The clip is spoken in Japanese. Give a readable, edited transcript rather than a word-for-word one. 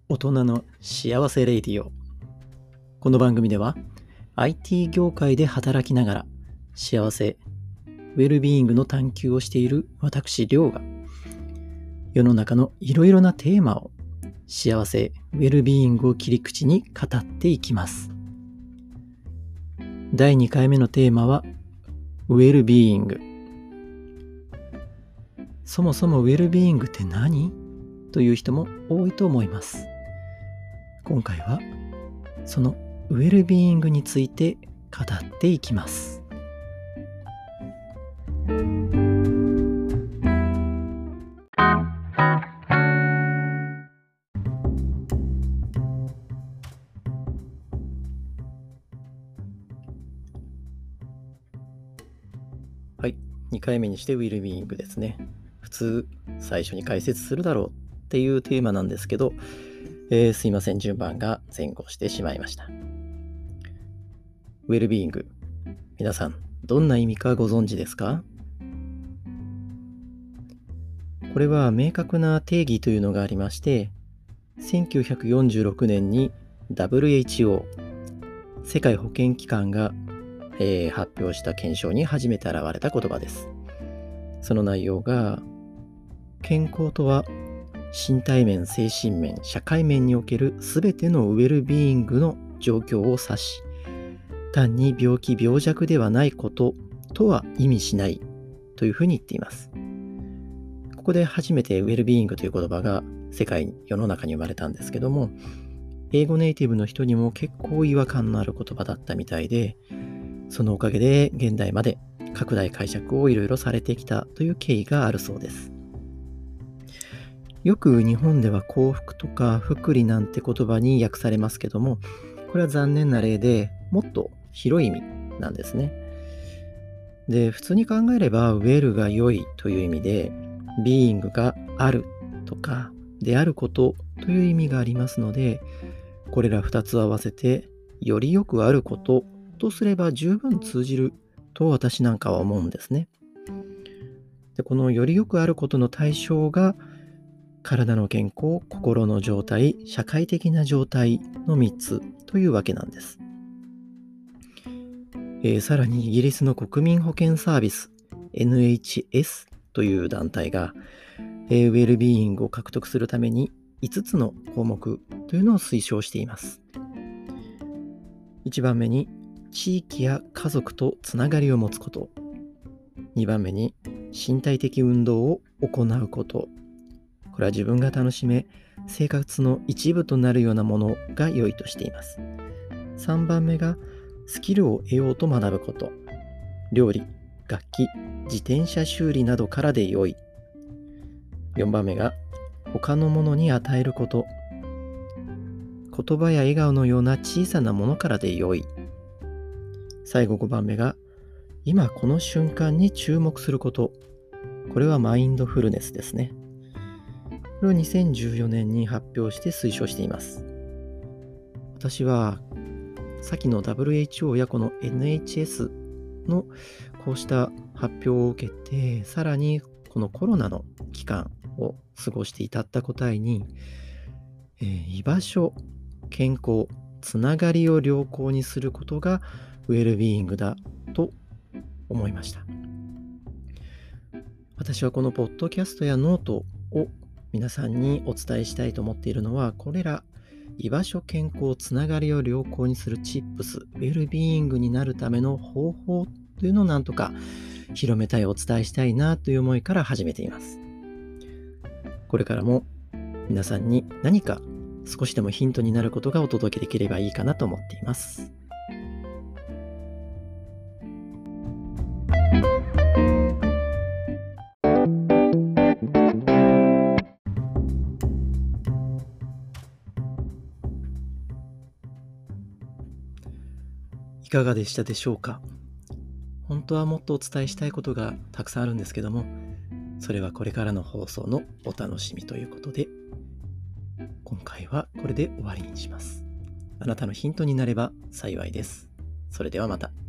大人の幸せレイディオ。この番組では IT 業界で働きながら幸せ、ウェルビーイングの探求をしている私りょうが世の中のいろいろなテーマを幸せ、ウェルビーイングを切り口に語っていきます。第2回目のテーマはウェルビーイング。そもそもウェルビーイングって何？という人も多いと思います。今回はそのウェルビーイングについて語っていきます。はい、2回目にしてウェルビーイングですね。普通最初に解説するだろうっていうテーマなんですけど、すいません、順番が前後してしまいました。ウェルビーイング、皆さんどんな意味かご存知ですか？これは明確な定義というのがありまして、1946年に WHO 世界保健機関が、発表した検証に初めて現れた言葉です。その内容が、健康とは身体面、精神面、社会面におけるすべてのウェルビーイングの状況を指し、単に病気病弱ではないこととは意味しないというふうに言っています。ここで初めてウェルビーイングという言葉が世の中に生まれたんですけども、英語ネイティブの人にも結構違和感のある言葉だったみたいで、そのおかげで現代まで拡大解釈をいろいろされてきたという経緯があるそうです。よく日本では幸福とか福利なんて言葉に訳されますけども、これは残念な例でもっと広い意味なんですね。で、普通に考えればウェルが良いという意味で、ビーイングがあるとかであることという意味がありますので、これら2つを合わせてよりよくあることとすれば十分通じると私なんかは思うんですね。で、このよりよくあることの対象が体の健康、心の状態、社会的な状態の3つというわけなんです。さらにイギリスの国民保健サービス NHS という団体が、ウェルビーイングを獲得するために5つの項目というのを推奨しています。1番目に地域や家族とつながりを持つこと。2番目に身体的運動を行うこと。これは自分が楽しめ、生活の一部となるようなものが良いとしています。3番目がスキルを得ようと学ぶこと。料理、楽器、自転車修理などからで良い。4番目が他のものに与えること。言葉や笑顔のような小さなものからで良い。最後5番目が今この瞬間に注目すること。これはマインドフルネスですね。これを2014年に発表して推奨しています。私は先の WHO やこの NHS のこうした発表を受けて、さらにこのコロナの期間を過ごして至った答えに、居場所、健康、つながりを良好にすることがウェルビーイングだと思いました。私はこのポッドキャストやノートを皆さんにお伝えしたいと思っているのは、これら居場所、健康、つながりを良好にするチップス、ウェルビーイングになるための方法というのをなんとか広めたい、お伝えしたいなという思いから始めています。これからも皆さんに何か少しでもヒントになることがお届けできればいいかなと思っています。いかがでしたでしょうか？本当はもっとお伝えしたいことがたくさんあるんですけども、それはこれからの放送のお楽しみということで、今回はこれで終わりにします。あなたのヒントになれば幸いです。それではまた。